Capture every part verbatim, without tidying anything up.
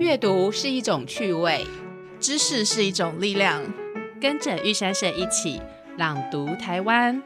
阅读是一种趣味， 知识是一种力量。 跟着玉山社一起朗读台湾。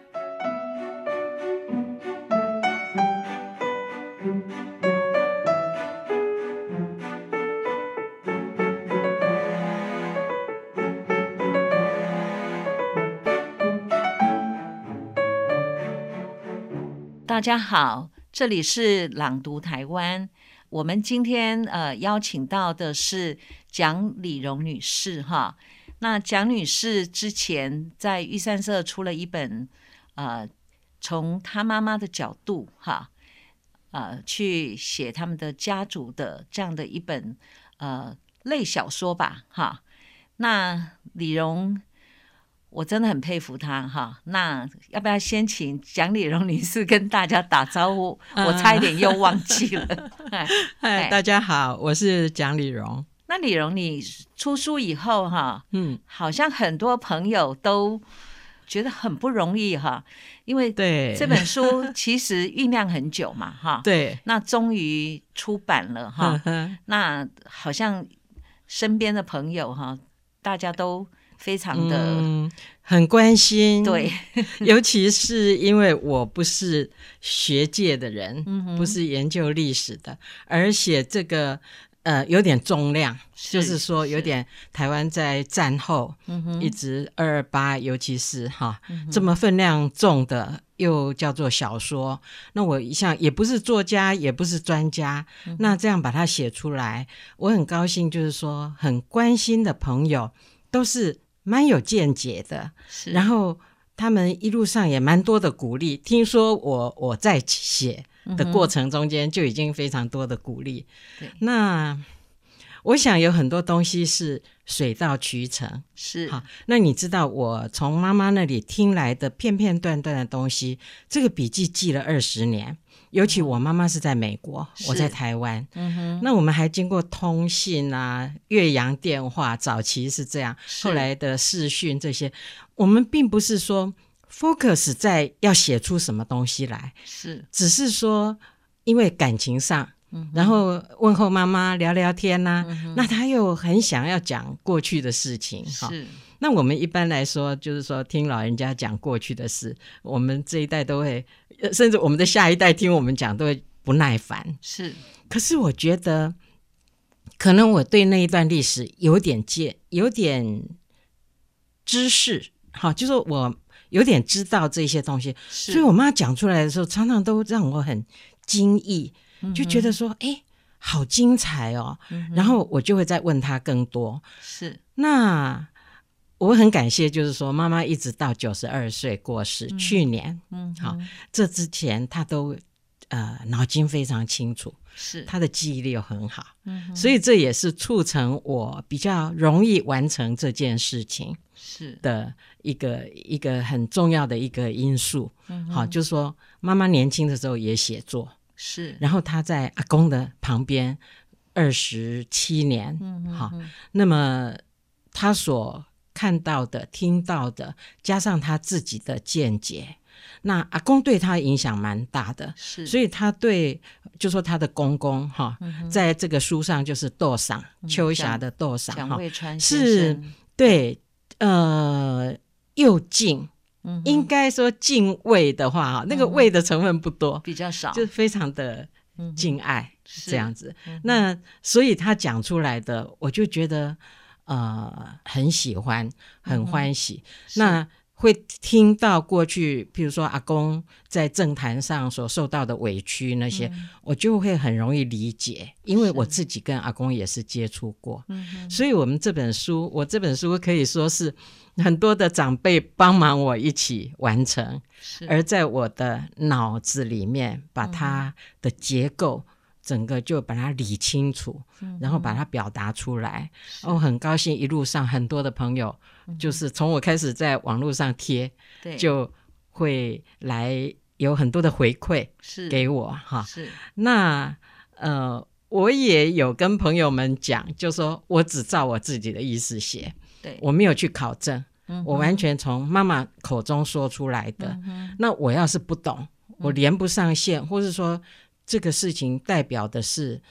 大家好，这里是朗读台湾。我们今天呃邀请到的是蒋理蓉女士哈。那蒋女士之前在玉山社出了一本呃从她妈妈的角度哈呃去写他们的家族的这样的一本呃类小说吧哈。那理蓉我真的很佩服她哈。那要不要先请蒋理蓉女士跟大家打招呼？ 嗯、 我差一点又忘记了。 嗨，大家好，我是蒋理蓉。 那理蓉，你出书以后哈， 嗯， 好像很多朋友都觉得很不容易哈，因为对这本书其实酝酿很久嘛哈。 对， 那终于出版了哈。那好像身边的朋友哈，大家都非常的、 嗯、很关心， 对， 尤其是因为我不是学界的人， 嗯、 不是研究历史的，而且这个呃有点重量，是就是说有点台湾在战后一直二二八，尤其是哈、嗯、这么分量重的，又叫做小说。那我一向也不是作家，也不是专家，嗯、那这样把它写出来，我很高兴，就是说很关心的朋友都是蛮有见解的，然后他们一路上也蛮多的鼓励。听说我我在写的过程中间就已经非常多的鼓励。 嗯、 那我想有很多东西是水到渠成。 是好，那你知道我从妈妈那里听来的片片段段的东西，这个笔记记了二十年。尤其我妈妈是在美国，嗯、我在台湾， 嗯哼， 那我们还经过通信啊、越洋电话，早期是这样，后来的视讯这些，我们并不是说 focus 在要写出什么东西来， 是， 只是说因为感情上， 嗯、 然后问候妈妈聊聊天啊， 嗯、 那他又很想要讲过去的事情， 是。 那我们一般来说就是说听老人家讲过去的事，我们这一代都会，甚至我们的下一代听我们讲都会不耐烦。 是， 可是我觉得可能我对那一段历史有点见有点知识，好，就是我有点知道这些东西，所以我妈讲出来的时候常常都让我很惊异， 嗯、 就觉得说哎，好精彩哦、 嗯、 然后我就会再问她更多。 是， 那我很感谢，就是说妈妈一直到九十二岁过世，嗯、去年， 嗯， 好，这之前她都呃脑筋非常清楚， 是， 她的记忆力又很好， 嗯， 所以这也是促成我比较容易完成这件事情是的一个一个很重要的一个因素。 嗯、 好，就是说妈妈年轻的时候也写作， 是， 然后她在阿公的旁边二十七年， 嗯， 好，那么她所看到的听到的加上他自己的见解，那阿公对他影响蛮大的， 是， 所以他对就说他的公公哈、嗯，在这个书上就是窦赏、嗯、秋霞的窦赏蒋渭川先生是对呃又敬、嗯、应该说敬畏的话、嗯、那个畏的成分不多， 比较少， 就非常的敬爱、嗯、这样子、 嗯、 那所以他讲出来的我就觉得呃，很喜欢，很欢喜、嗯、那会听到过去譬如说阿公在政坛上所受到的委屈那些、嗯、我就会很容易理解，因为我自己跟阿公也是接触过，所以我们这本书我这本书可以说是很多的长辈帮忙我一起完成，而在我的脑子里面把它的结构整个就把它理清楚、嗯、然后把它表达出来。我、哦、很高兴一路上很多的朋友、嗯、就是从我开始在网络上贴就会来有很多的回馈给我哈。 是那呃我也有跟朋友们讲，就说我只照我自己的意思写， 对， 我没有去考证、嗯、我完全从妈妈口中说出来的、嗯、那我要是不懂我连不上线、嗯、或是说这个事情代表的是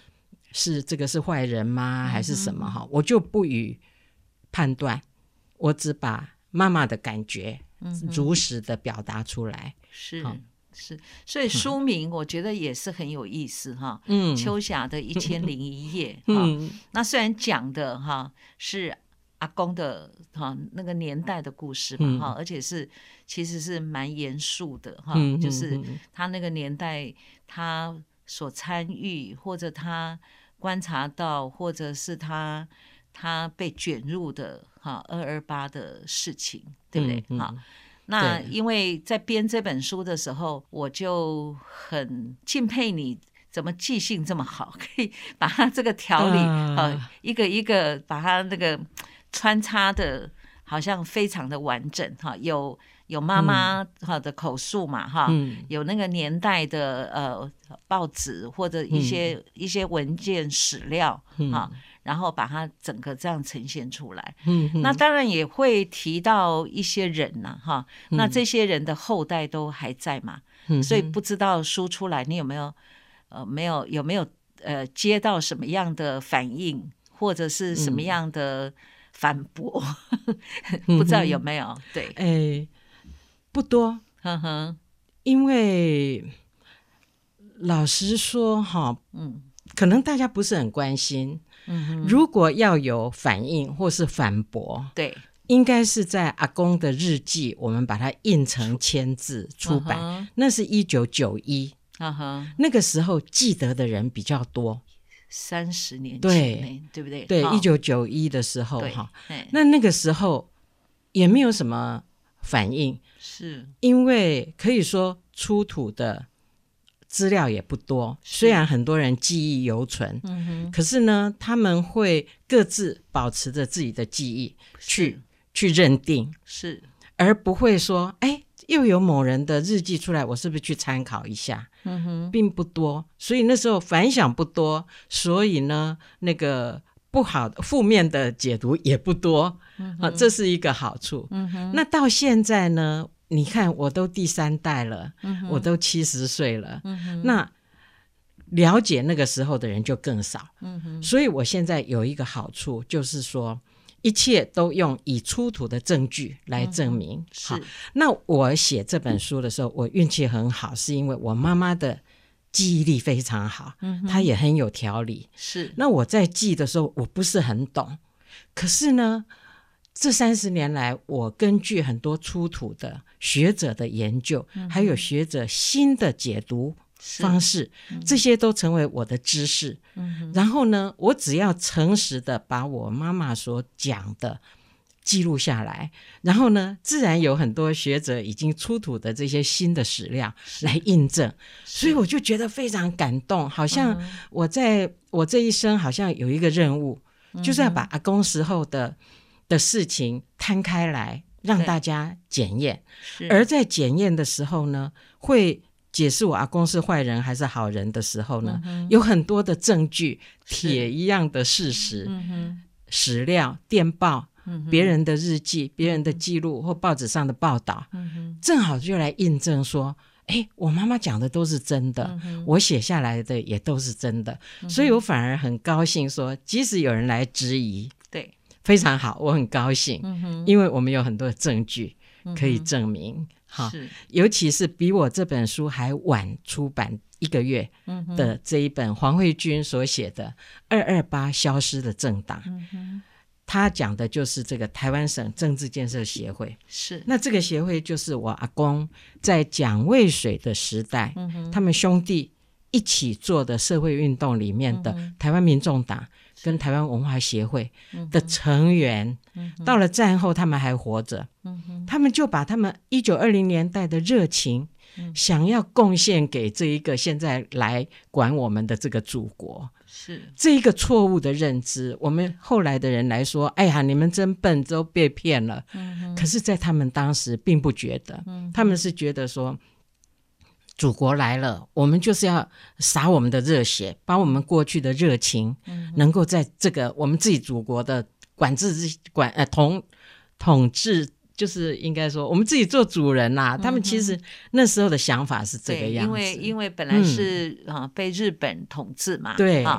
是这个是坏人吗？还是什么哈、嗯？我就不予判断，我只把妈妈的感觉如实的表达出来。 是是，所以书名我觉得也是很有意思哈。嗯，秋霞的一千零一夜。嗯，那虽然讲的哈是阿公的哈那个年代的故事嘛哈、嗯，而且是其实是蛮严肃的哈、嗯，就是他那个年代他所参与或者他观察到，或者是他他被卷入的哈二二八的事情，对不对？哈、嗯嗯，那因为在编这本书的时候，我就很敬佩你怎么记性这么好，可以把它这个条理啊、呃、一个一个把它那个穿插的，好像非常的完整哈，有。有妈妈的口述嘛哈、嗯，有那个年代的呃报纸或者一些、嗯、一些文件史料哈、嗯，然后把它整个这样呈现出来。嗯，那当然也会提到一些人呐哈、嗯，那这些人的后代都还在嘛，嗯、所以不知道书出来你有没有呃没有有没有呃接到什么样的反应，或者是什么样的反驳？嗯、不知道有没有？对， 哎。不多，呵呵，因为老实说哈，嗯，可能大家不是很关心，嗯，如果要有反应或是反驳， 对， 应该是在阿公的日记，我们把它印成签字出版，嗯、那是一九九一，那个时候记得的人比较多， 三十年前， 对， 对不对？ 对，一九九一的时候哈，那那个时候也没有什么反应。 是因为可以说出土的资料也不多，虽然很多人记忆犹存、嗯、可是呢他们会各自保持着自己的记忆去去认定， 是而不会说哎，又有某人的日记出来，我是不是去参考一下、嗯、哼，并不多，所以那时候反响不多，所以呢那个不好的负面的解读也不多、嗯啊、这是一个好处、嗯、哼，那到现在呢你看我都第三代了、嗯、我都七十岁了、嗯、那了解那个时候的人就更少、嗯、哼，所以我现在有一个好处，就是说一切都用已出土的证据来证明、嗯、是。那我写这本书的时候我运气很好，是因为我妈妈的记忆力非常好，嗯，他也很有条理， 是。那我在记的时候我不是很懂，可是呢这三十年来我根据很多出土的学者的研究、嗯、还有学者新的解读方式、嗯、这些都成为我的知识、嗯、然后呢我只要诚实的把我妈妈所讲的记录下来，然后呢自然有很多学者已经出土的这些新的史料来印证，所以我就觉得非常感动，好像我在我这一生好像有一个任务、嗯、就是要把阿公时候的的事情摊开来让大家检验，而在检验的时候呢会解释我阿公是坏人还是好人的时候呢、嗯、有很多的证据，铁一样的事实、嗯、史料电报、嗯、别人的日记、别人的记录或报纸上的报道、嗯、正好就来印证说哎，我妈妈讲的都是真的、嗯、我写下来的也都是真的、嗯、所以我反而很高兴说即使有人来质疑， 对， 非常好，我很高兴、嗯、因为我们有很多的证据可以证明、嗯、尤其是比我这本书还晚出版一个月的这一本黄慧君所写的二二八消失的政党、嗯、他讲的就是这个台湾省政治建设协会， 是。那这个协会就是我阿公在蒋渭水的时代、嗯、他们兄弟一起做的社会运动里面的台湾民众党跟台湾文化协会的成员、嗯、到了战后他们还活着、嗯、他们就把他们一九二零年代的热情、嗯、想要贡献给这一个现在来管我们的这个祖国， 是这一个错误的认知，我们后来的人来说哎呀你们真笨，都被骗了、嗯、可是在他们当时并不觉得、嗯、他们是觉得说祖国来了，我们就是要洒我们的热血，把我们过去的热情、嗯、能够在这个我们自己祖国的管制管呃统统治，就是应该说我们自己做主人啦、啊嗯、他们其实那时候的想法是这个样子， 因为因为本来是、嗯啊、被日本统治嘛， 对、 啊、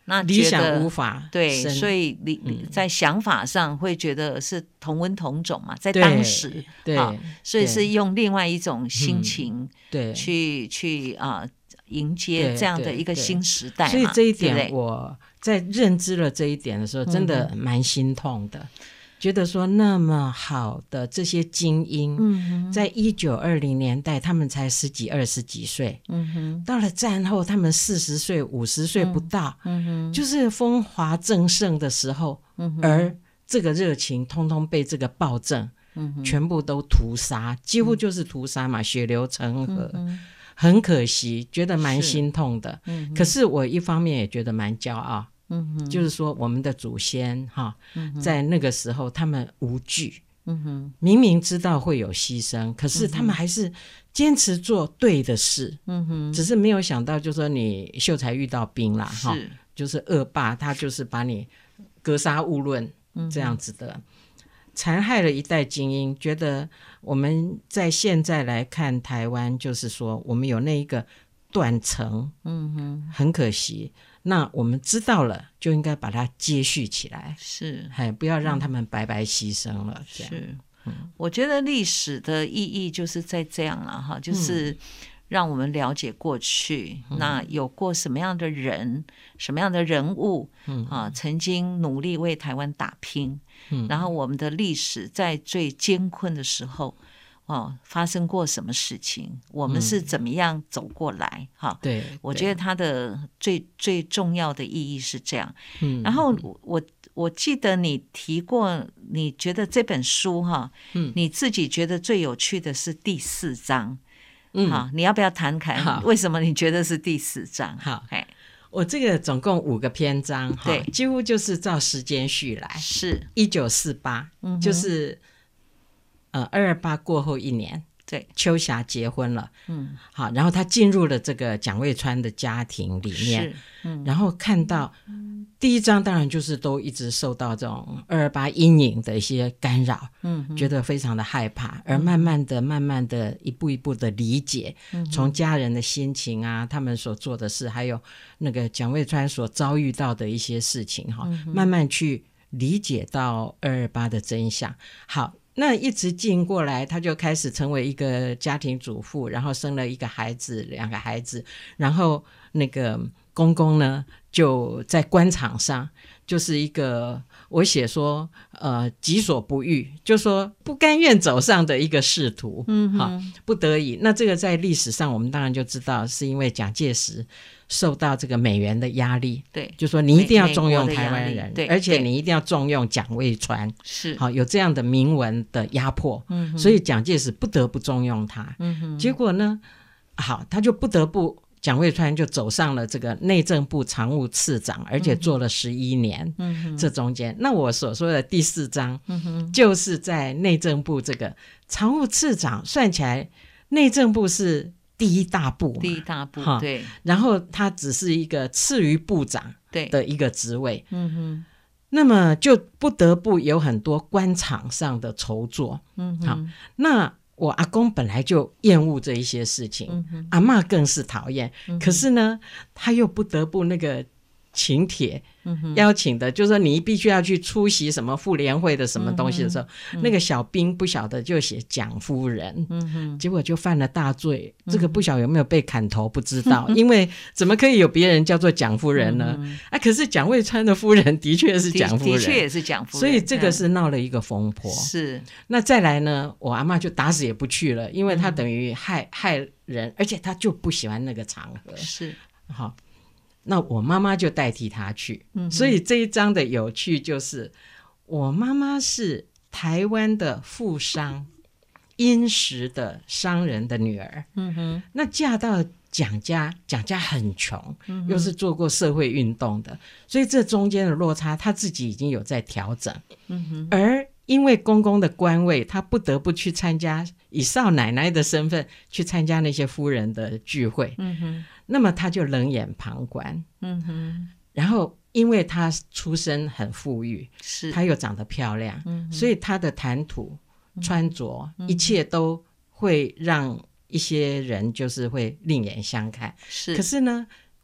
那理觉得想无法对， 生所以理、 嗯在想法上会觉得是同文同种嘛，在对当时对、 啊，所以是对用另外一种心情对去、去啊、迎接对这样的对对一个新时代嘛， 所以这一对不对点我在认知了这一点的时候，真的蛮心痛的。觉得说那么好的这些精英， 嗯在一九二零年代他们才十几二十几岁， 嗯哼， 到了战后他们四十岁五十岁不到， 嗯哼， 就是风华正盛的时候， 嗯哼， 而这个热情通通被这个暴政嗯哼， 全部都屠杀，几乎就是屠杀嘛，血流成河， 嗯很可惜，觉得蛮是心痛的。 嗯可是我一方面也觉得蛮骄傲， 嗯哼， 就是说我们的祖先哈， 嗯哼在那个时候他们无惧， 嗯哼， 明明知道会有牺牲，可是他们还是坚持做对的事， 嗯哼， 只是没有想到，就说你秀才遇到兵啦，哈， 是， 就是恶霸，他就是把你格杀勿论这样子的，残害了一代精英。觉得我们在现在来看台湾，就是说我们有那一个断层， 嗯哼， 很可惜。那我们知道了，就应该把它接续起来， 是， 还不要让他们白白牺牲了。这样是，我觉得历史的意义就是在这样了哈，就是让我们了解过去，嗯、那有过什么样的人、什么样的人物，嗯啊，曾经努力为台湾打拼，嗯，然后我们的历史在最艰困的时候。哦，发生过什么事情？我们是怎么样走过来？哈、嗯， 对， 我觉得它的最最重要的意义是这样。 嗯， 然后我我记得你提过，你觉得这本书哈，嗯，你自己觉得最有趣的是第四章，嗯，好，你要不要谈谈为什么你觉得是第四章？ 好， 哎， 我这个总共五个篇章， 对， 几乎就是照时间序来， 是一九四八，就是。呃，二二八过后一年， 对， 秋霞结婚了， 嗯， 好，然后她进入了这个蒋渭川的家庭里面，嗯，然后看到、嗯、第一章当然就是都一直受到这种二二八阴影的一些干扰，嗯，觉得非常的害怕，而慢慢的、慢慢的一步一步的理解，嗯，从家人的心情啊，他们所做的事，还有那个蒋渭川所遭遇到的一些事情哈、嗯，慢慢去理解到二二八的真相。好。那一直进过来，他就开始成为一个家庭主妇，然后生了一个孩子，两个孩子，然后那个公公呢就在官场上就是一个我写说呃己所不欲，就说不甘愿走上的一个仕途，嗯，好，不得已。那这个在历史上我们当然就知道是因为蒋介石受到这个美元的压力， 对， 就说你一定要重用台湾人， 对， 而且你一定要重用蒋渭川， 是好，有这样的明文的压迫，嗯，所以蒋介石不得不重用他，嗯，结果呢，好，他就不得不蒋渭川就走上了这个内政部常务次长，而且做了十一年，嗯，这中间，那我所说的第四章，嗯，就是在内政部这个常务次长，算起来内政部是第一大部， 第一大部，对， 然后他只是一个次于部长的一个职位，嗯哼，那么就不得不有很多官场上的筹作，嗯哼，好，那我阿公本来就厌恶这一些事情，嗯、阿嬷更是讨厌、嗯，可是呢，他又不得不那个请帖、嗯、邀请的，就是说你必须要去出席什么妇联会的什么东西的时候，嗯、那个小兵不晓得就写蒋夫人、嗯，结果就犯了大罪。嗯、这个不晓得有没有被砍头不知道，嗯、因为怎么可以有别人叫做蒋夫人呢？嗯、啊，可是蒋渭川的夫人的确是蒋夫人， 的确也是蒋夫人， 所以这个是闹了一个风波。 是， 那再来呢，我阿嬷就打死也不去了，因为她等于害、嗯、害人，而且她就不喜欢那个场合。 是， 好。那我妈妈就代替她去、嗯、所以这一章的有趣就是我妈妈是台湾的富商殷实的商人的女儿、嗯、哼，那嫁到蒋家，蒋家很穷、嗯、又是做过社会运动的，所以这中间的落差她自己已经有在调整、嗯哼，而因为公公的官位，她不得不去参加，以少奶奶的身份去参加那些夫人的聚会、嗯哼，那么她就冷眼旁观，嗯哼，然后因为她出身很富裕，是她又长得漂亮、嗯、所以她的谈吐、嗯、穿着、嗯、一切都会让一些人就是会另眼相看，是，可是呢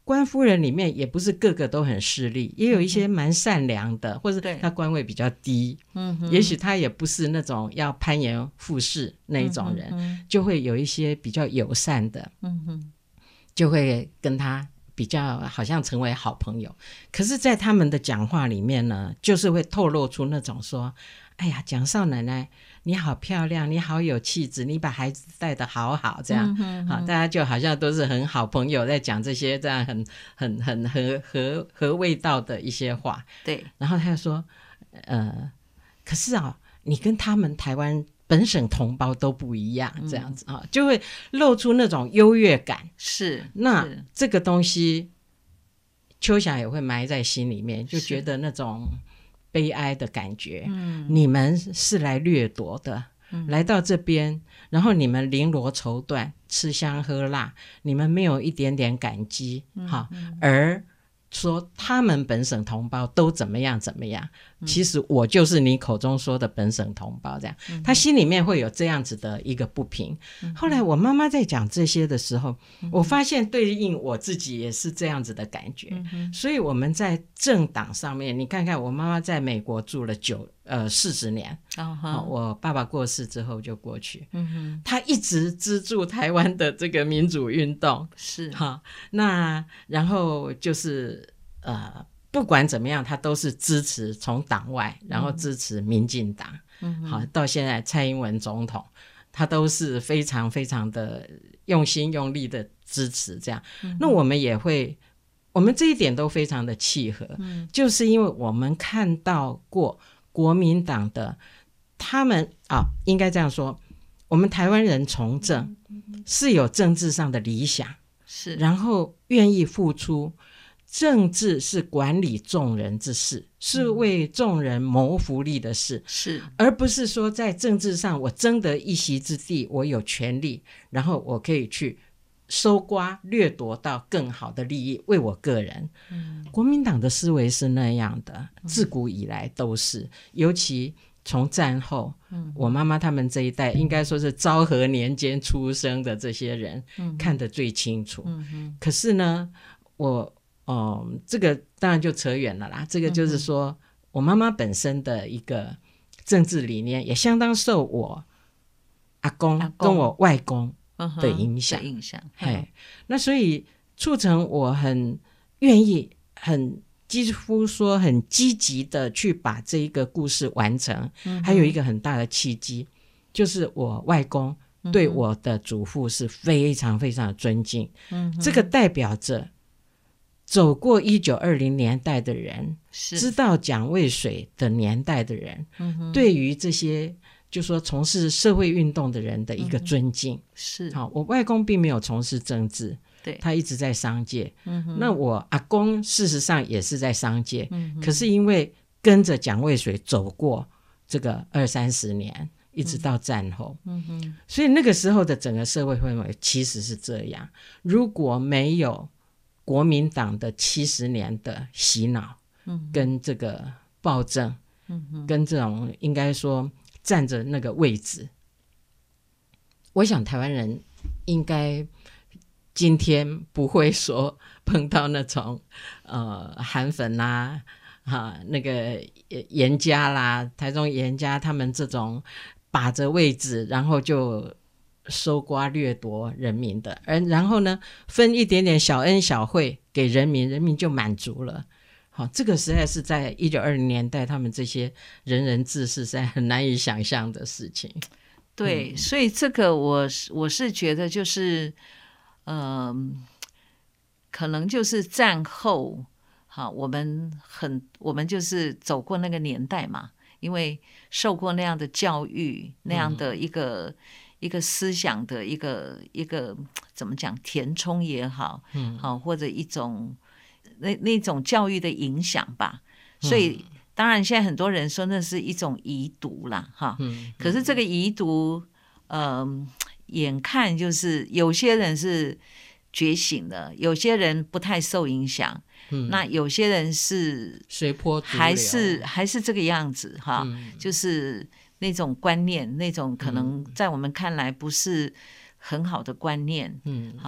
官夫人里面也不是个个都很势利，也有一些蛮善良的，或者他官位比较低，嗯，也许他也不是那种要攀岩附势那一种人，嗯，就会有一些比较友善的，嗯哼，就会跟他比较好像成为好朋友。可是在他们的讲话里面呢，就是会透露出那种说，哎呀，蒋少奶奶你好漂亮，你好有气质，你把孩子带得好好，这样，嗯嗯，好，大家就好像都是很好朋友在讲这些这样很很很合合合味道的一些话。 对， 然后他就说呃，可是啊，你跟他们台湾本省同胞都不一样，这样子啊，嗯，就会露出那种优越感。 是， 那是这个东西秋霞也会埋在心里面，就觉得那种悲哀的感觉，嗯，你们是来掠夺的，嗯，来到这边，然后你们绫罗绸缎，吃香喝辣，你们没有一点点感激，嗯嗯，而说他们本省同胞都怎么样怎么样，嗯，其实我就是你口中说的本省同胞，这样，嗯，他心里面会有这样子的一个不平，嗯，后来我妈妈在讲这些的时候，嗯，我发现对应我自己也是这样子的感觉，嗯，所以我们在政党上面，你看看我妈妈在美国住了九呃四十年，哦哦，我爸爸过世之后就过去，嗯哼，他一直资助台湾的这个民主运动， 是哈，那然后就是呃，不管怎么样，他都是支持从党外，然后支持民进党，嗯，好，到现在蔡英文总统，他都是非常非常的用心用力的支持，这样，嗯，那我们也会，我们这一点都非常的契合，嗯，就是因为我们看到过国民党的他们啊，应该这样说，我们台湾人从政是有政治上的理想， 是， 然后愿意付出。政治是管理众人之事，是为众人谋福利的事， 是， 而不是说在政治上我争得一席之地，我有权利，然后我可以去搜刮掠夺到更好的利益为我个人，嗯，国民党的思维是那样的，自古以来都是，尤其从战后，嗯，我妈妈他们这一代应该说是昭和年间出生的这些人，嗯，看得最清楚，嗯，可是呢我哦，这个当然就扯远了啦，这个就是说，嗯，我妈妈本身的一个政治理念也相当受我阿公跟我外公的影响， 嗯，影响， 嘿，那所以促成我很愿意很几乎说很积极的去把这一个故事完成，嗯，还有一个很大的契机就是我外公对我的祖父是非常非常的尊敬，嗯，这个代表着走过一九二零年代的人，知道蒋渭水的年代的人，嗯，对于这些就说从事社会运动的人的一个尊敬，嗯， 是， 好，我外公并没有从事政治， 对， 他一直在商界，嗯，那我阿公事实上也是在商界，嗯，可是因为跟着蒋渭水走过这个二三十年一直到战后，嗯哼，所以那个时候的整个社会氛围其实是这样，如果没有国民党的七十年的洗脑，嗯，跟这个暴政，嗯，跟这种应该说占着那个位置，我想台湾人应该今天不会说碰到那种呃韩粉啦，啊那个严家啦，台中严家他们这种把着位置，然后就搜刮掠夺人民的，而然后呢分一点点小恩小惠给人民，人民就满足了。好，这个实在是在一九二零年代他们这些仁人志士实在很难以想象的事情。 对，嗯，所以这个我我是觉得就是呃可能就是战后好，我们很我们就是走过那个年代嘛，因为受过那样的教育，那样的一个、嗯一个思想的一个一个怎么讲填充也好，嗯，好或者一种那那种教育的影响吧，所以、嗯、当然现在很多人说那是一种遗毒啦，哈、嗯，可是这个遗毒，呃，眼看就是有些人是觉醒了，有些人不太受影响，嗯，那有些人是随波逐流， 还是还是这个样子哈、嗯，就是那种观念，那种可能在我们看来不是很好的观念，嗯，哈，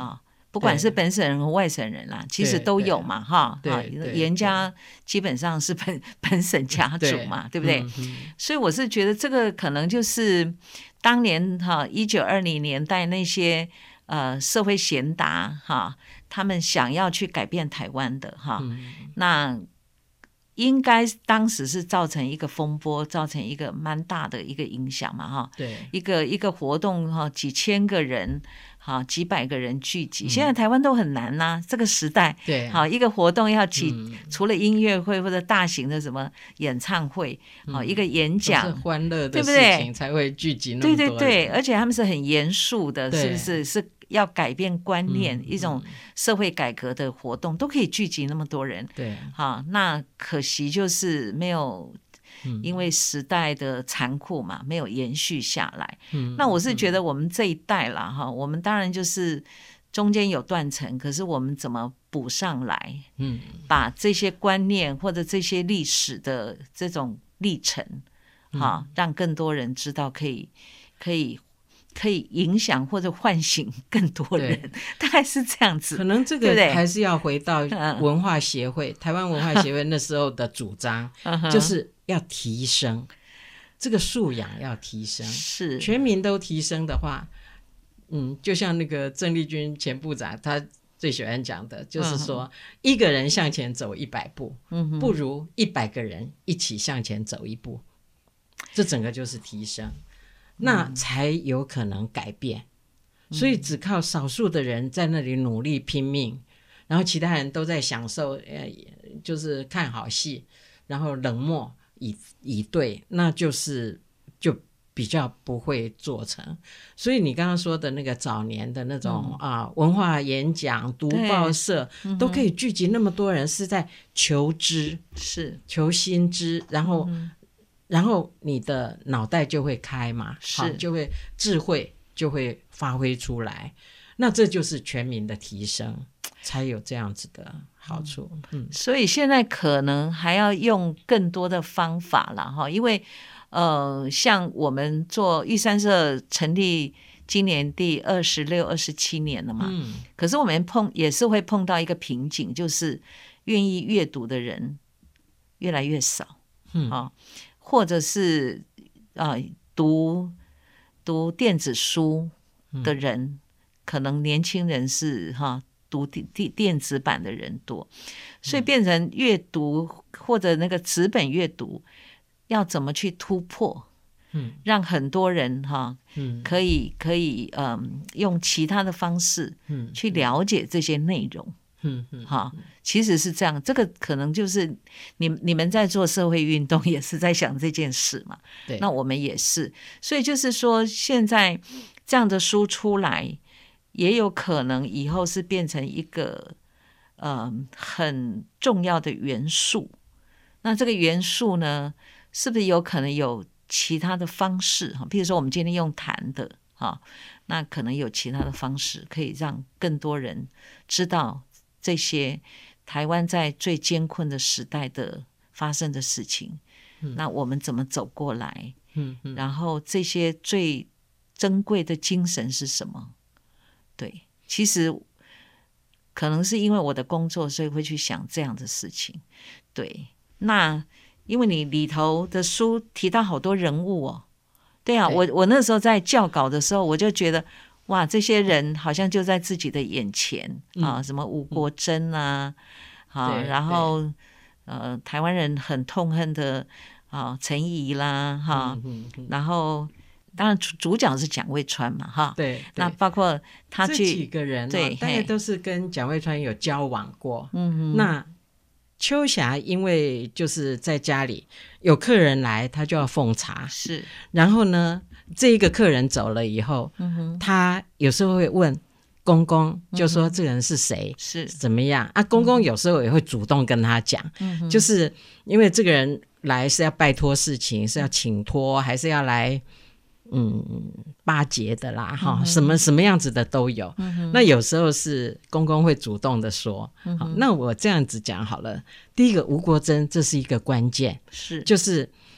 不管是本省人和外省人啦，其实都有嘛哈。 对， 严家基本上是本本省家族嘛， 对, 对不对、嗯？所以我是觉得这个可能就是当年哈一九二零年代那些呃社会贤达哈，他们想要去改变台湾的哈、嗯，那。应该当时是造成一个风波，造成一个蛮大的一个影响嘛，哈。 对， 一个一个活动哈，几千个人，好几百个人聚集，嗯、现在台湾都很难呐、啊，这个时代， 对， 好一个活动要几、嗯，除了音乐会或者大型的什么演唱会，好、嗯、一个演讲， 是欢乐的事情才会聚集那么多人， 对对对，而且他们是很严肃的，是不是？是。要改变观念、嗯，一种社会改革的活动、嗯、都可以聚集那么多人。 对， 好，那可惜就是没有，因为时代的残酷嘛，没有延续下来。嗯，那我是觉得我们这一代啦，哈、嗯，我们当然就是中间有断层，可是我们怎么补上来？嗯，把这些观念或者这些历史的这种历程，好、嗯，让更多人知道，可以，可以。可以影响或者唤醒更多人，大概是这样子。 可能这个还是要回到文化协会，台湾文化协会那时候的主张，就是要提升这个素养，要提升， 是全民都提升的话，嗯，就像那个郑丽君前部长他最喜欢讲的，就是说一个人向前走一百步，不如一百个人一起向前走一步，这整个就是提升。那才有可能改变、嗯、所以只靠少数的人在那里努力拼命、嗯、然后其他人都在享受、呃、就是看好戏，然后冷漠以以对，那就是就比较不会做成。所以你刚刚说的那个早年的那种、嗯、啊文化演讲读报社、嗯、都可以聚集那么多人，是在求知， 是求新知，然后、嗯然后你的脑袋就会开嘛， 是就会智慧就会发挥出来，那这就是全民的提升，才有这样子的好处。嗯， 所以现在可能还要用更多的方法啦哈，因为呃，像我们做玉山社成立今年第二十六、二十七年了嘛，嗯，可是我们碰也是会碰到一个瓶颈，就是愿意阅读的人越来越少，嗯啊。或者是、呃、读读电子书的人、嗯、可能年轻人是哈读电电子版的人多，所以变成阅读或者那个纸本阅读要怎么去突破，嗯，让很多人哈，嗯，可以可以嗯用其他的方式，嗯，去了解这些内容。嗯嗯，好，其实是这样，这个可能就是你你们在做社会运动也是在想这件事嘛， 对， 那我们也是，所以就是说现在这样的书出来，也有可能以后是变成一个呃很重要的元素。那这个元素呢，是不是有可能有其他的方式？哈，譬如说我们今天用谈的，哈，那可能有其他的方式可以让更多人知道。这些台湾在最艰困的时代的发生的事情、嗯、那我们怎么走过来、嗯嗯、然后这些最珍贵的精神是什么？对，其实可能是因为我的工作，所以会去想这样的事情。对，那因为你里头的书提到好多人物哦，对啊，对我我那时候在校稿的时候，我就觉得哇，这些人好像就在自己的眼前、嗯、啊，什么吴国桢啊，嗯、啊，然后呃，台湾人很痛恨的啊陈仪啦，哈、嗯嗯嗯，然后当然主主角是蒋渭川嘛，哈， 对， 那包括他去这几个人、哦，对，大概都是跟蒋渭川有交往过，嗯，那秋霞因为就是在家里有客人来，他就要奉茶， 是， 然后呢。这一个客人走了以后、嗯、他有时候会问公公，就说这个人是谁、嗯、 是怎么样啊？公公有时候也会主动跟他讲、嗯、就是因为这个人来是要拜托事情，是要请托还是要来嗯巴结的啦、嗯、什么什么样子的都有、嗯、那有时候是公公会主动的说、嗯、好，那我这样子讲好了。第一个吴国桢这是一个关键， 是就是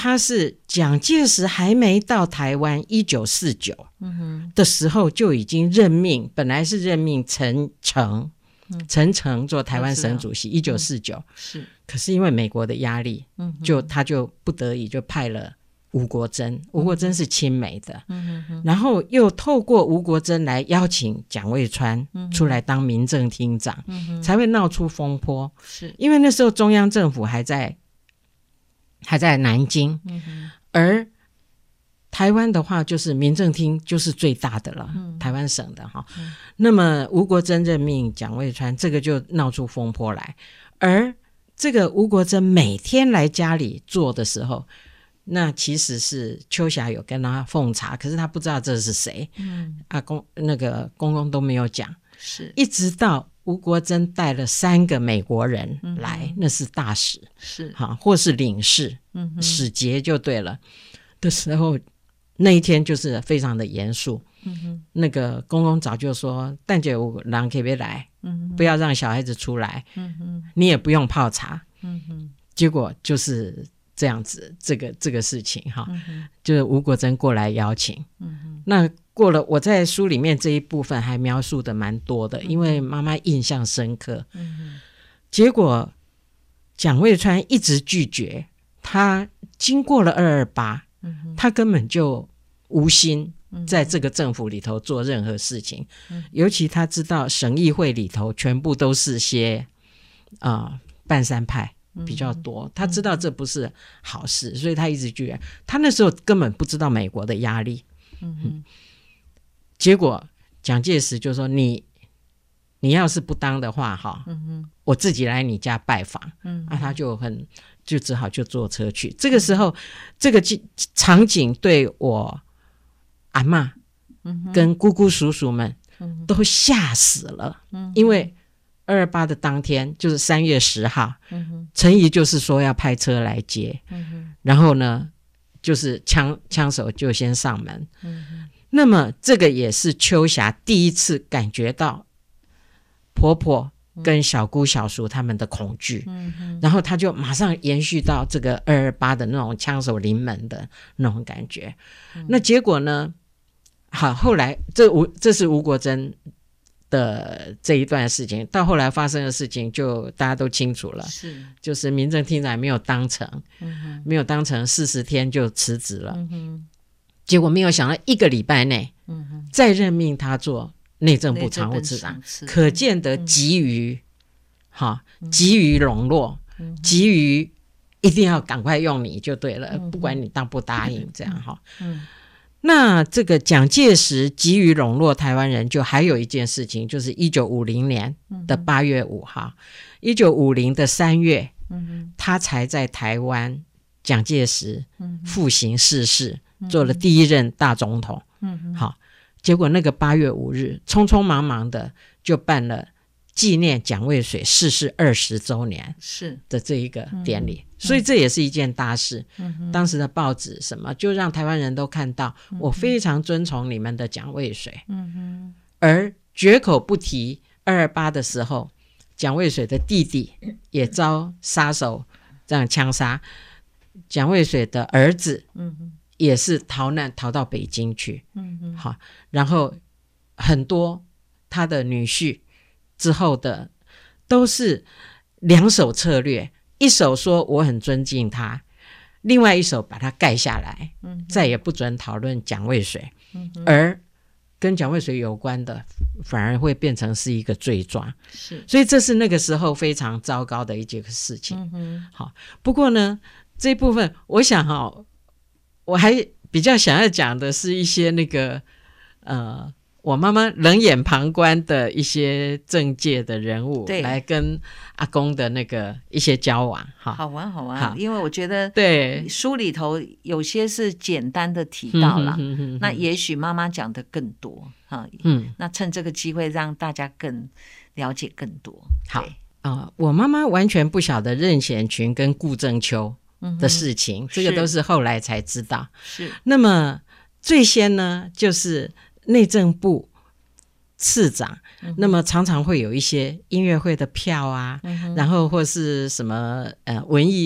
他是蒋介石还没到台湾一九四九的时候就已经任命，本来是任命陈诚陈诚做台湾省主席一九四九，是，可是因为美国的压力，就他就不得已就派了吴国桢，吴国桢是亲美的，嗯、然后又透过吴国桢来邀请蒋渭川出来当民政厅长，嗯、才会闹出风波。是因为那时候中央政府还在还在南京，嗯、而台湾的话就是民政厅就是最大的了，嗯、台湾省的哈。嗯、那么吴国桢任命蒋渭川，这个就闹出风波来。而这个吴国桢每天来家里做的时候，那其实是秋霞有跟他奉茶，可是他不知道这是谁，嗯，阿公那个公公都没有讲，是一直到吴国桢带了三个美国人来，嗯、那是大使，是哈，或是领事，嗯，使节就对了的时候，那一天就是非常的严肃，嗯、那个公公早就说，但姐有人可以来，嗯，不要让小孩子出来，嗯，你也不用泡茶，嗯，结果就是这样子，这个这个事情哈，嗯、就是吴国桢过来邀请，嗯、那过了，我在书里面这一部分还描述的蛮多的，嗯、因为妈妈印象深刻。嗯、结果蒋渭川一直拒绝，他经过了二二八，他根本就无心在这个政府里头做任何事情，嗯、尤其他知道省议会里头全部都是些啊、呃、半山派比较多，嗯、他知道这不是好事，所以他一直拒绝。他那时候根本不知道美国的压力，嗯嗯、结果蒋介石就说你你要是不当的话哈，嗯、我自己来你家拜访，嗯、啊，他就很就只好就坐车去。这个时候，这个场景对我阿嬷跟姑姑叔叔们都吓死了，嗯、因为二二八的当天就是三月十号，嗯、陈仪就是说要派车来接，嗯、然后呢就是枪枪手就先上门，嗯、那么这个也是秋霞第一次感觉到婆婆跟小姑小叔他们的恐惧，嗯、然后他就马上延续到这个二二八的那种枪手临门的那种感觉，嗯、那结果呢，好，后来这吴这是吴国桢的这一段事情，到后来发生的事情就大家都清楚了，是就是民政厅长没有当成，嗯、没有当成四十天就辞职了，嗯、结果没有想到一个礼拜内，嗯、再任命他做内政部常务次长，可见得急于、嗯哈、急于笼络，嗯、急于一定要赶快用你就对了，嗯、不管你答不答应，嗯、这样哈。嗯那这个蒋介石急于笼络台湾人，就还有一件事情，就是一九五零年的八月五号，一九五零的三月，嗯、他才在台湾蒋介石复行视事，嗯、做了第一任大总统。嗯、好，结果那个八月五日，匆匆忙忙的就办了纪念蒋渭水逝世二十周年是的这一个典礼，嗯、所以这也是一件大事。嗯、当时的报纸什么就让台湾人都看到，嗯、我非常尊崇你们的蒋渭水，嗯、而绝口不提二二八的时候，蒋渭水的弟弟也遭杀手这样枪杀，蒋渭水的儿子也是逃难逃到北京去，嗯、好，然后很多他的女婿之后的都是两手策略，一手说我很尊敬他，另外一手把他盖下来，嗯、再也不准讨论蒋渭水，嗯、而跟蒋渭水有关的反而会变成是一个罪状，是，所以这是那个时候非常糟糕的一件事情。嗯、好，不过呢这部分我想哈，我还比较想要讲的是一些那个呃我妈妈冷眼旁观的一些政界的人物来跟阿公的那个一些交往，好玩好玩好，因为我觉得对书里头有些是简单的提到了，嗯、哼哼哼那也许妈妈讲的更多，嗯，那趁这个机会让大家更了解更多。 好啊、呃，我妈妈完全不晓得任显群跟顾正秋的事情，嗯、这个都是后来才知道。是，那么最先呢就是内政部次长，嗯、那么常常会有一些音乐会的票啊，嗯、然后或是什么呃文艺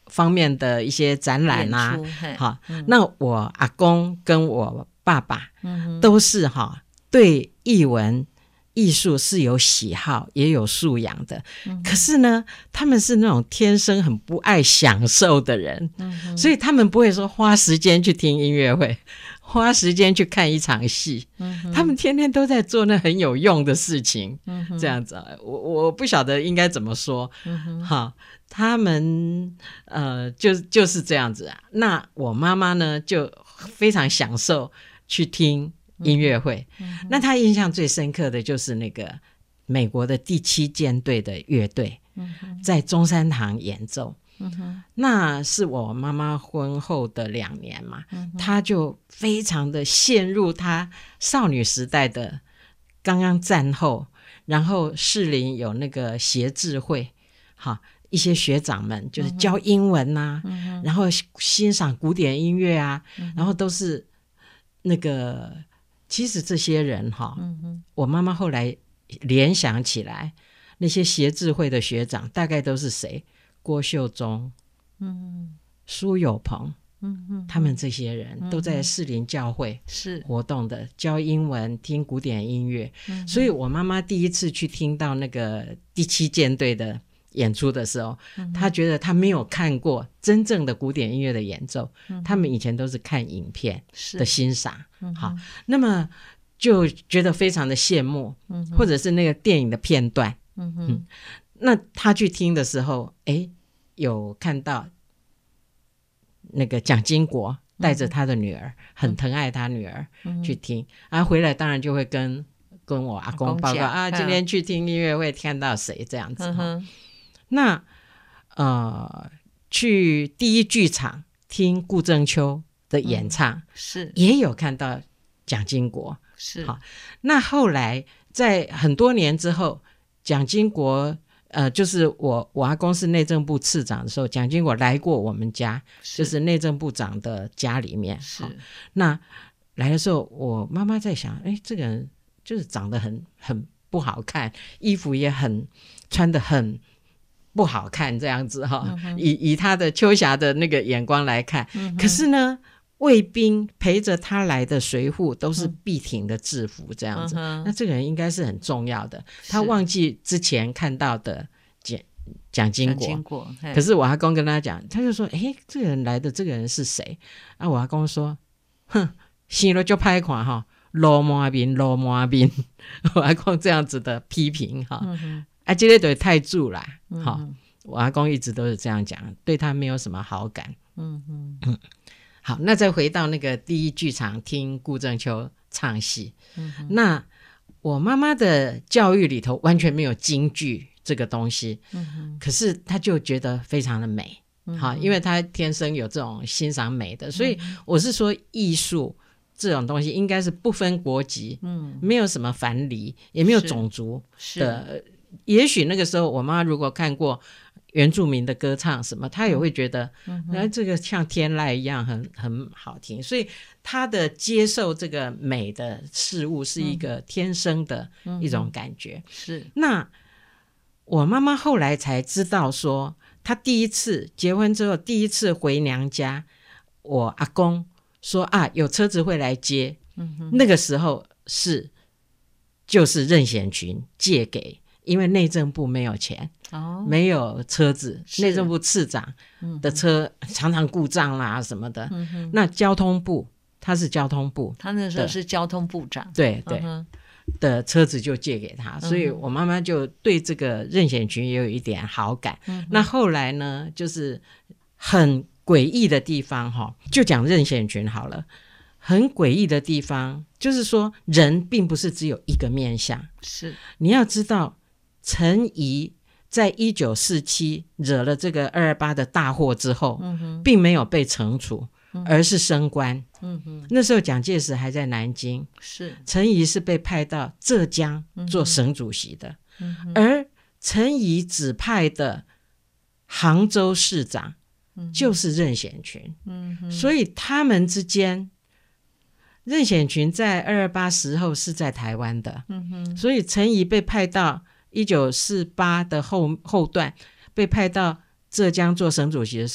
方面的一些展览啊，好、嗯，那我阿公跟我爸爸都是哈、对艺文艺术是有喜好也有素养的、嗯、可是呢他们是那种天生很不爱享受的人、嗯、所以他们不会说花时间去听音乐会，花时间去看一场戏、嗯、他们天天都在做那很有用的事情、嗯、这样子我我不晓得应该怎么说、嗯、好，他们呃就就是这样子啊。那我妈妈呢就非常享受去听音乐会、嗯嗯、那他印象最深刻的就是那个美国的第七舰队的乐队、嗯、在中山堂演奏、嗯、那是我妈妈婚后的两年嘛、嗯、他就非常的陷入他少女时代的刚刚战后，然后士林有那个协智会，好，一些学长们就是教英文啊、嗯、然后欣赏古典音乐啊、嗯、然后都是那个其实这些人哈、嗯，我妈妈后来联想起来，那些协智会的学长大概都是谁？郭秀忠、嗯，苏有朋，嗯，他们这些人都在士林教会是活动的，教英文、听古典音乐、嗯，所以我妈妈第一次去听到那个第七舰队的演出的时候、嗯、他觉得他没有看过真正的古典音乐的演奏、嗯、他们以前都是看影片的欣赏、嗯、好，那么就觉得非常的羡慕、嗯、或者是那个电影的片段、嗯嗯、那他去听的时候诶有看到那个蒋经国带着他的女儿、嗯、很疼爱他女儿、嗯、去听，然后回来当然就会跟跟我阿公报告啊，今天去听音乐会看到谁这样子、嗯，那呃，去第一剧场听顾正秋的演唱、嗯、是也有看到蒋经国是好，那后来在很多年之后，蒋经国呃，就是我我阿公是内政部次长的时候，蒋经国来过我们家，是就是内政部长的家里面是。那来的时候，我妈妈在想，哎，这个人就是长得很很不好看，衣服也很穿得很不好看这样子哈、嗯，以以他的秋霞的那个眼光来看、嗯、可是呢卫兵陪着他来的随扈都是必挺的制服这样子、嗯、那这个人应该是很重要的，他忘记之前看到的蒋蒋经国，蒋经国可是我阿公跟他讲，他就说诶这个人来的这个人是谁啊？我阿公说哼，生了就歹看哈，罗马兵罗马兵我阿公这样子的批评哈、嗯啊，这个对太住啦、嗯哦、我阿公一直都是这样讲，对他没有什么好感。嗯嗯嗯，好，那再回到那个第一剧场听顾正秋唱戏、嗯、那我妈妈的教育里头完全没有京剧这个东西、嗯、可是她就觉得非常的美、嗯、好，因为她天生有这种欣赏美的，所以我是说艺术这种东西应该是不分国籍、嗯、没有什么藩篱，也没有种族的，也许那个时候我妈如果看过原住民的歌唱什么，她也会觉得、嗯嗯、这个像天籁一样很很好听，所以她的接受这个美的事物是一个天生的一种感觉、嗯嗯、是。那我妈妈后来才知道说，她第一次结婚之后第一次回娘家，我阿公说啊有车子会来接、嗯、那个时候是就是任显群借给，因为内政部没有钱、哦、没有车子，内政部次长的车常常故障啦什么的、嗯、那交通部他是交通部，他那时候是交通部长，对对、嗯、的车子就借给他，所以我妈妈就对这个任显群也有一点好感、嗯、那后来呢就是很诡异的地方哈，就讲任显群好了，很诡异的地方就是说人并不是只有一个面向，是你要知道陈仪在一九四七惹了这个二二八的大祸之后、嗯、并没有被惩处、嗯、而是升官、嗯、那时候蒋介石还在南京，是陈仪是被派到浙江做省主席的、嗯、而陈仪指派的杭州市长就是任显群、嗯、所以他们之间任显群在二二八时候是在台湾的、嗯、所以陈仪被派到一九四八的 后, 后段被派到浙江做省主席的时候，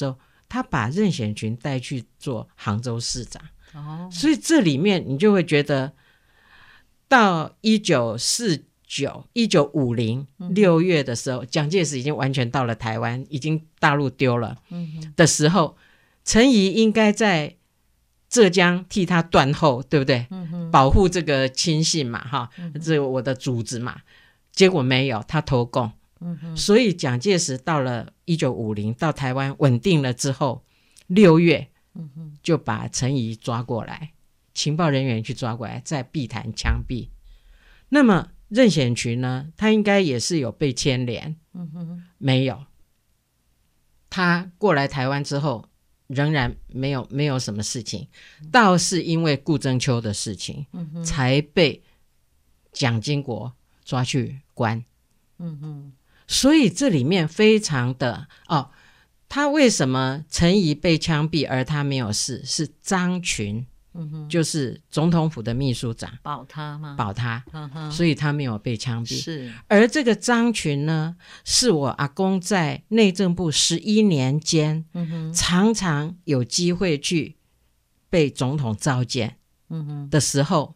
他把任显群带去做杭州市长。 哦， 所以这里面你就会觉得，到一九四九、一九五零六月的时候，蒋介石已经完全到了台湾，已经大陆丢了的时候，陈仪应该在浙江替他断后，对不对？保护这个亲信嘛，哈，这我的主子嘛。结果没有，他投共。所以蒋介石到了一九五零到台湾稳定了之后，六月就把陈仪抓过来，情报人员去抓过来，在碧潭枪毙。那么任显群呢，他应该也是有被牵连，没有，他过来台湾之后仍然没有没有什么事情，倒是因为顾征秋的事情，才被蒋经国抓去关。所以这里面非常的哦，他为什么陈仪被枪毙而他没有事？是张群，嗯、就是总统府的秘书长保他吗？ 保他， 嗯、 所以他没有被枪毙。 是， 而这个张群呢，是我阿公在内政部十一年间，嗯、常常有机会去被总统召见的时候。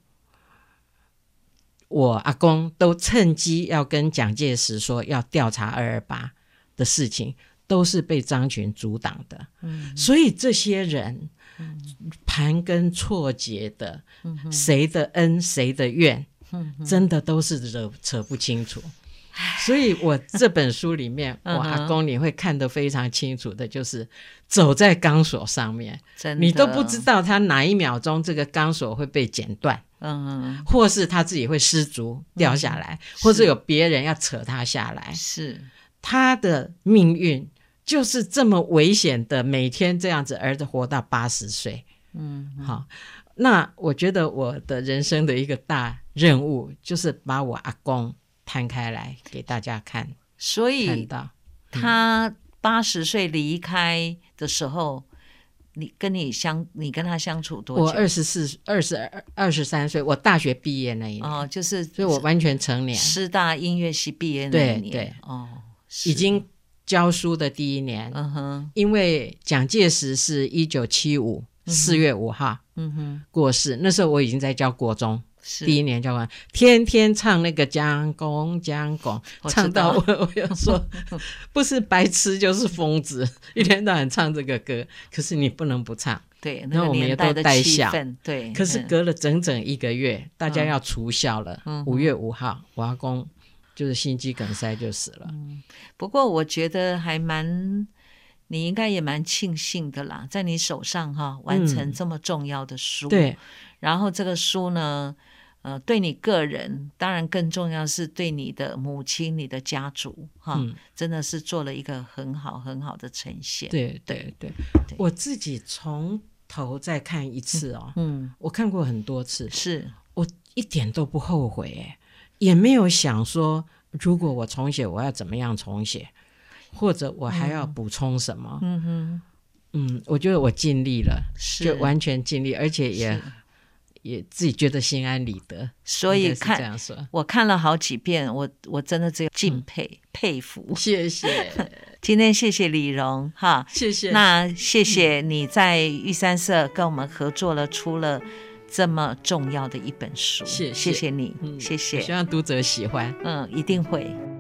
我阿公都趁机要跟蒋介石说要调查二二八的事情，都是被张群阻挡的。嗯、所以这些人、嗯、盘根错节的、嗯、谁的恩谁的怨、嗯、真的都是惹扯不清楚。所以我这本书里面我阿公你会看得非常清楚的，就是走在钢索上面，你都不知道他哪一秒钟这个钢索会被剪断，嗯，或是他自己会失足掉下来，嗯、或是有别人要扯他下来， 是他的命运就是这么危险的，每天这样子儿子活到八十岁。嗯，好，那我觉得我的人生的一个大任务就是把我阿公摊开来给大家看， 所以看到他八十岁离开的时候，你跟你相你跟他相处多久？ 我二十四、二十二、二十三岁，我大学毕业那一年， 哦，就是所以我完全成年， 师大音乐系毕业那一年， 对对， 哦， 已经教书的第一年，嗯哼，因为蒋介石是一九七五四月五号，嗯哼，过世，那时候我已经在教国中。第一年教官天天唱那个蒋公蒋公，唱到我我要说不是白痴就是疯子，一天到晚唱这个歌，可是你不能不唱， 对， 那我们也都带笑， 对。 可是隔了整整一个月，嗯、大家要除孝了，五、嗯、月五号，我阿公就是心肌梗塞就死了。 嗯、不过我觉得还蛮，你应该也蛮庆幸的啦，在你手上哈完成这么重要的书，嗯、对，然后这个书呢。呃，对你个人，当然更重要是对你的母亲、你的家族，哈，嗯、真的是做了一个很好、很好的呈现。 对对 对, 对，我自己从头再看一次哦，嗯，我看过很多次， 是我一点都不后悔，哎，也没有想说如果我重写，我要怎么样重写，或者我还要补充什么。嗯哼，嗯，我觉得我尽力了，就完全尽力，而且也。也自己觉得心安理得， 所以看这样说，我看了好几遍，我我真的只有敬佩、嗯、佩服。 谢谢， 今天谢谢李荣哈， 谢谢。 那谢谢你在玉山社跟我们合作了，出了这么重要的一本书， 谢谢， 谢谢你， 嗯、 谢谢。 希望读者喜欢， 嗯，一定会。